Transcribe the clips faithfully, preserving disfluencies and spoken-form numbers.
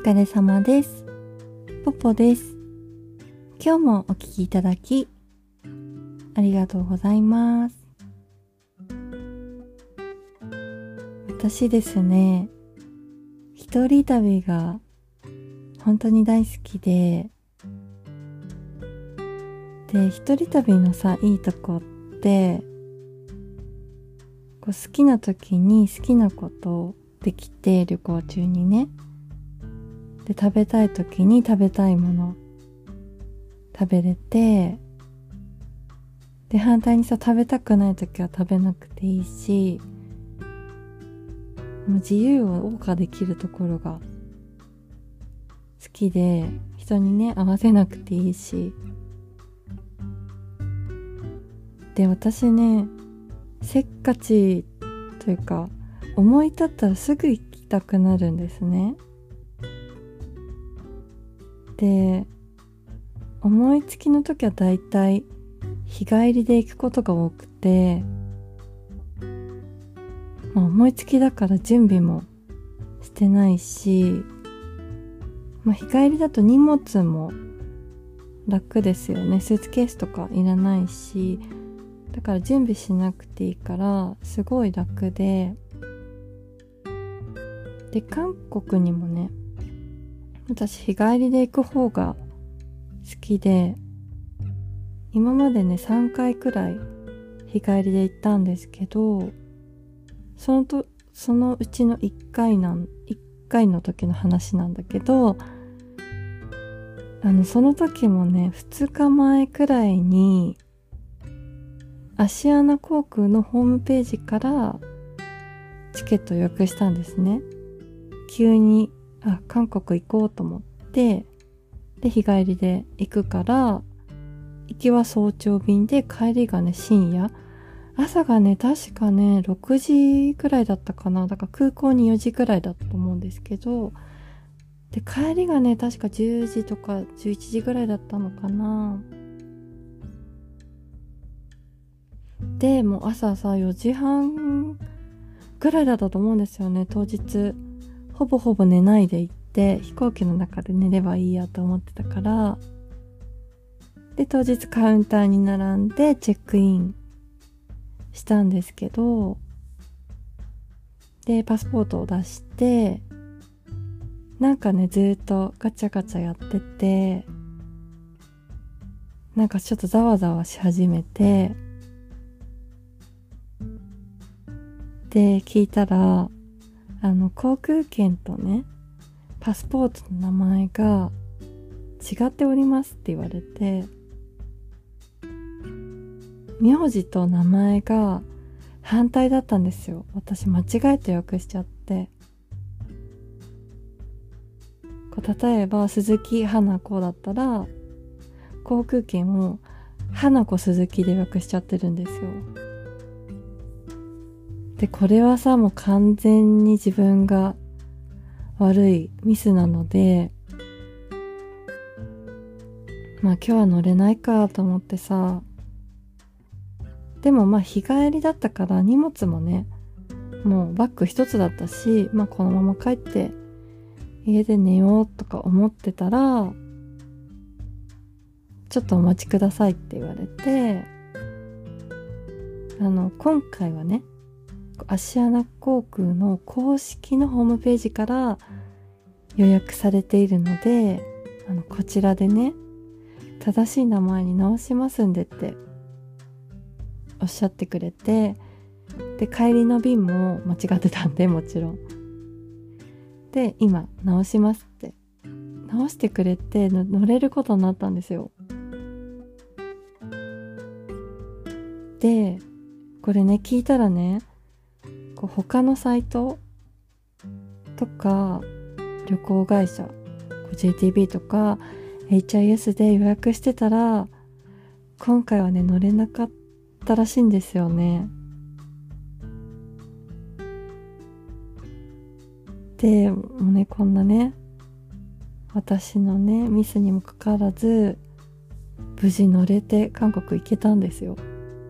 疲れ様です。ポポです。今日もお聞きいただきありがとうございます。私ですね、一人旅が本当に大好きで、で、一人旅のさ、いいとこって、こう好きな時に好きなことできて、旅行中にね、で、食べたい時に食べたいもの食べれて、で、反対にさ、食べたくない時は食べなくていいし、もう自由を謳歌できるところが好きで、人にね、合わせなくていいし。で、私ね、せっかちというか、思い立ったらすぐ行きたくなるんですね。で、思いつきの時はだいたい日帰りで行くことが多くて、まあ、思いつきだから準備もしてないし、まあ、日帰りだと荷物も楽ですよね。スーツケースとかいらないし、だから準備しなくていいからすごい楽で、で、韓国にもね、私日帰りで行く方が好きで、今までねさんかいくらい日帰りで行ったんですけど、そのとそのうちのいっかいなんいっかいの時の話なんだけど、あのその時もねふつかまえくらいにアシアナ航空のホームページからチケットを予約したんですね。急にあ韓国行こうと思って、で日帰りで行くから、行きは早朝便で帰りがね深夜、朝がね確かねろくじくらいだったかな。だから空港によじくらいだったと思うんですけど、で帰りがね確かじゅうじとかじゅういちじぐらいだったのかな。でもう朝さよじはんぐらいだったと思うんですよね。当日ほぼほぼ寝ないで行って、飛行機の中で寝ればいいやと思ってたから、で当日カウンターに並んでチェックインしたんですけど、でパスポートを出して、なんかねずっとガチャガチャやってて、なんかちょっとざわざわし始めて、で聞いたら、あの航空券とねパスポートの名前が違っておりますって言われて、名字と名前が反対だったんですよ。私間違えて予約しちゃって、こう例えば鈴木花子だったら航空券を花子鈴木で予約しちゃってるんですよ。でこれはさもう完全に自分が悪いミスなので、まあ今日は乗れないかと思ってさ、でもまあ日帰りだったから荷物もねもうバッグ一つだったし、まあこのまま帰って家で寝ようとか思ってたら、ちょっとお待ちくださいって言われて、あの今回はねアシアナ航空の公式のホームページから予約されているので、あのこちらでね正しい名前に直しますんでっておっしゃってくれて、で帰りの便も間違ってたんでもちろんで今直しますって直してくれて乗れることになったんですよ。でこれね聞いたらね、こう他のサイトとか旅行会社 ジェーティービー とか エイチアイエス で予約してたら今回はね乗れなかったらしいんですよね。でもうねこんなね私のねミスにもかかわらず無事乗れて韓国行けたんですよ。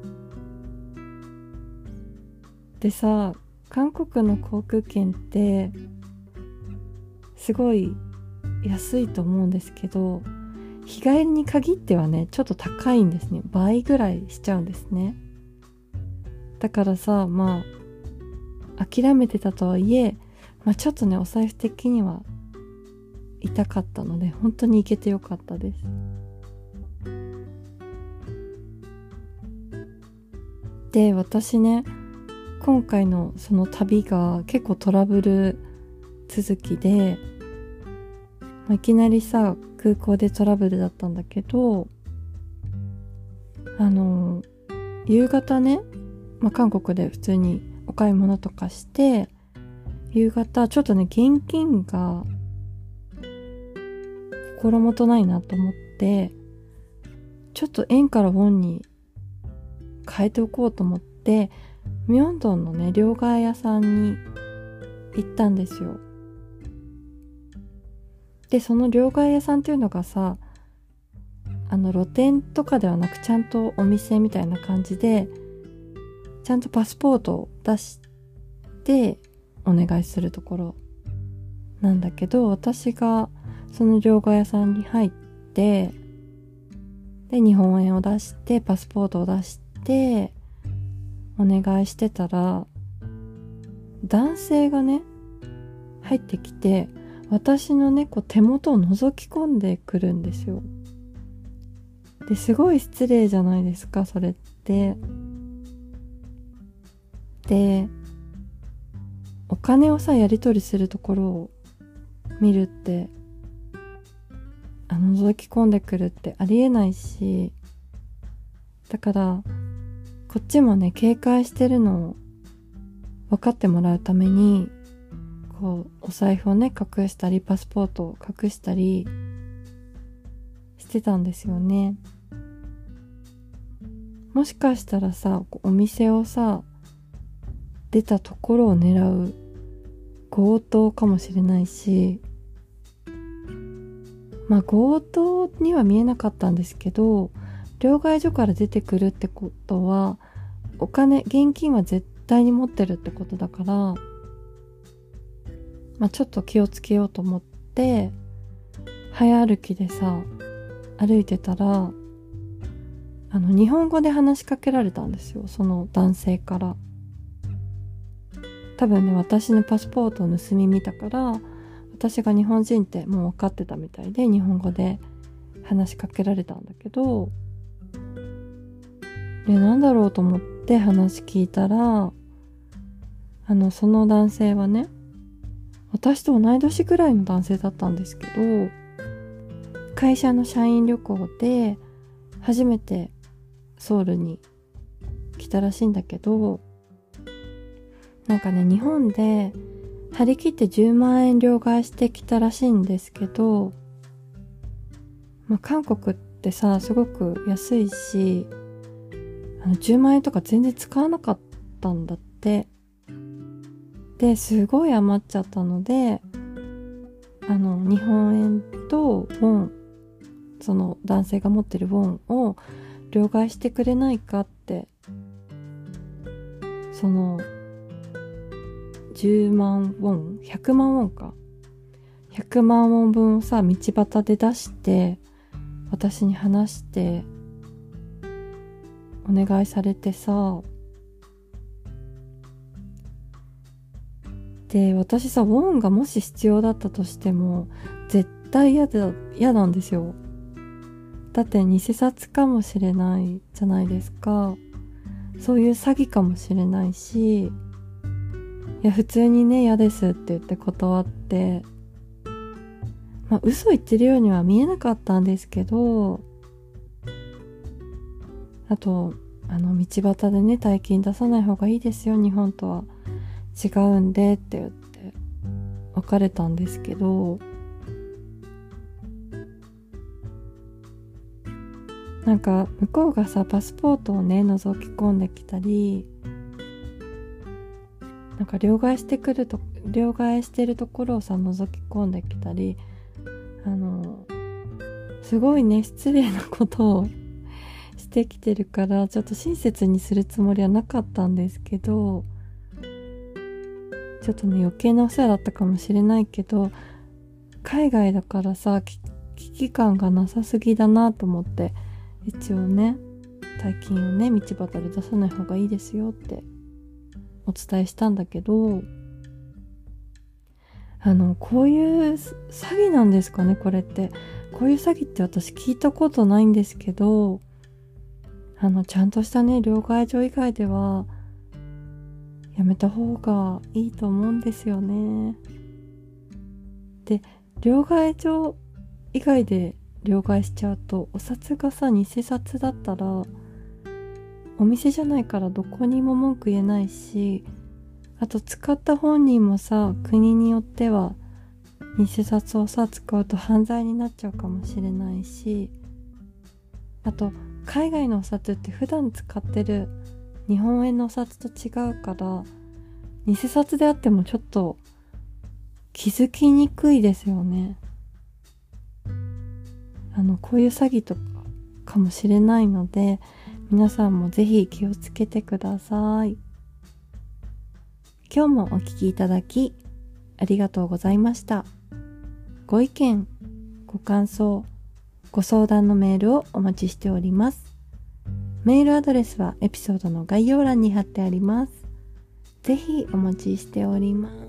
でさ、韓国の航空券ってすごい安いと思うんですけど、日帰りに限ってはねちょっと高いんですね。倍ぐらいしちゃうんですね。だからさ、まあ諦めてたとはいえ、まあ、ちょっとねお財布的には痛かったので、本当に行けてよかったです。で、私ね、今回のその旅が結構トラブル続きで、まあ、いきなりさ空港でトラブルだったんだけど、あの夕方ね、まあ、韓国で普通にお買い物とかして、夕方ちょっとね現金が心もとないなと思って、ちょっと円からウォンに変えておこうと思って、ミョンドンのね両替屋さんに行ったんですよ。で、その両替屋さんっていうのがさ、あの露店とかではなく、ちゃんとお店みたいな感じで、ちゃんとパスポートを出してお願いするところなんだけど、私がその両替屋さんに入って、で日本円を出してパスポートを出してお願いしてたら、男性がね入ってきて、私のねこう手元を覗き込んでくるんですよ。ですごい失礼じゃないですか、それって。で、お金をさやり取りするところを見るって、あ覗き込んでくるってありえないし、だからこっちもね警戒してるのを分かってもらうために、こうお財布をね隠したりパスポートを隠したりしてたんですよね。もしかしたらさ、お店をさ出たところを狙う強盗かもしれないし、まあ強盗には見えなかったんですけど、両替所から出てくるってことはお金現金は絶対に持ってるってことだから、まあちょっと気をつけようと思って早歩きでさ歩いてたら、あの日本語で話しかけられたんですよ、その男性から。多分ね私のパスポートを盗み見たから、私が日本人ってもう分かってたみたいで日本語で話しかけられたんだけど、でなんだろうと思って話聞いたら、あのその男性はね私と同い年ぐらいの男性だったんですけど、会社の社員旅行で初めてソウルに来たらしいんだけど、なんかね日本で張り切ってじゅうまんえん両替してきたらしいんですけど、まあ、韓国ってさすごく安いし、あのじゅうまんえんとか全然使わなかったんだって。ですごい余っちゃったので、あの日本円とウォン、その男性が持ってるウォンを両替してくれないかって、そのじゅうまんウォン、ひゃくまんウォンか、ひゃくまんウォン分をさ道端で出して私に話してお願いされてさ、で私さウォンがもし必要だったとしても絶対嫌だ嫌なんですよ。だって偽札かもしれないじゃないですか。そういう詐欺かもしれないし、いや普通にね嫌ですって言って断って、まあ嘘言ってるようには見えなかったんですけど、あとあの道端でね大金出さない方がいいですよ、日本とは違うんでって言って別れたんですけど、なんか向こうがさパスポートをね覗き込んできたり、なんか両替してくると両替してるところをさ覗き込んできたり、あのすごいね失礼なことをしてきてるから、ちょっと親切にするつもりはなかったんですけど、ちょっとね余計なお世話だったかもしれないけど、 海外だからさ危機感がなさすぎだなと思って、一応ね大金をね道端で出さない方がいいですよってお伝えしたんだけど、あのこういう詐欺なんですかね、これって。こういう詐欺って私聞いたことないんですけど、あのちゃんとしたね両替所以外ではやめた方がいいと思うんですよね。で、両替所以外で両替しちゃうと、お札がさ偽札だったらお店じゃないからどこにも文句言えないし、あと使った本人もさ、国によっては偽札をさ使うと犯罪になっちゃうかもしれないし、あと海外のお札って普段使ってる日本円のお札と違うから、偽札であってもちょっと気づきにくいですよね。あのこういう詐欺とかかもしれないので、皆さんもぜひ気をつけてください。今日もお聞きいただきありがとうございました。ご意見、ご感想、ご相談のメールをお待ちしております。メールアドレスはエピソードの概要欄に貼ってあります。ぜひお待ちしております。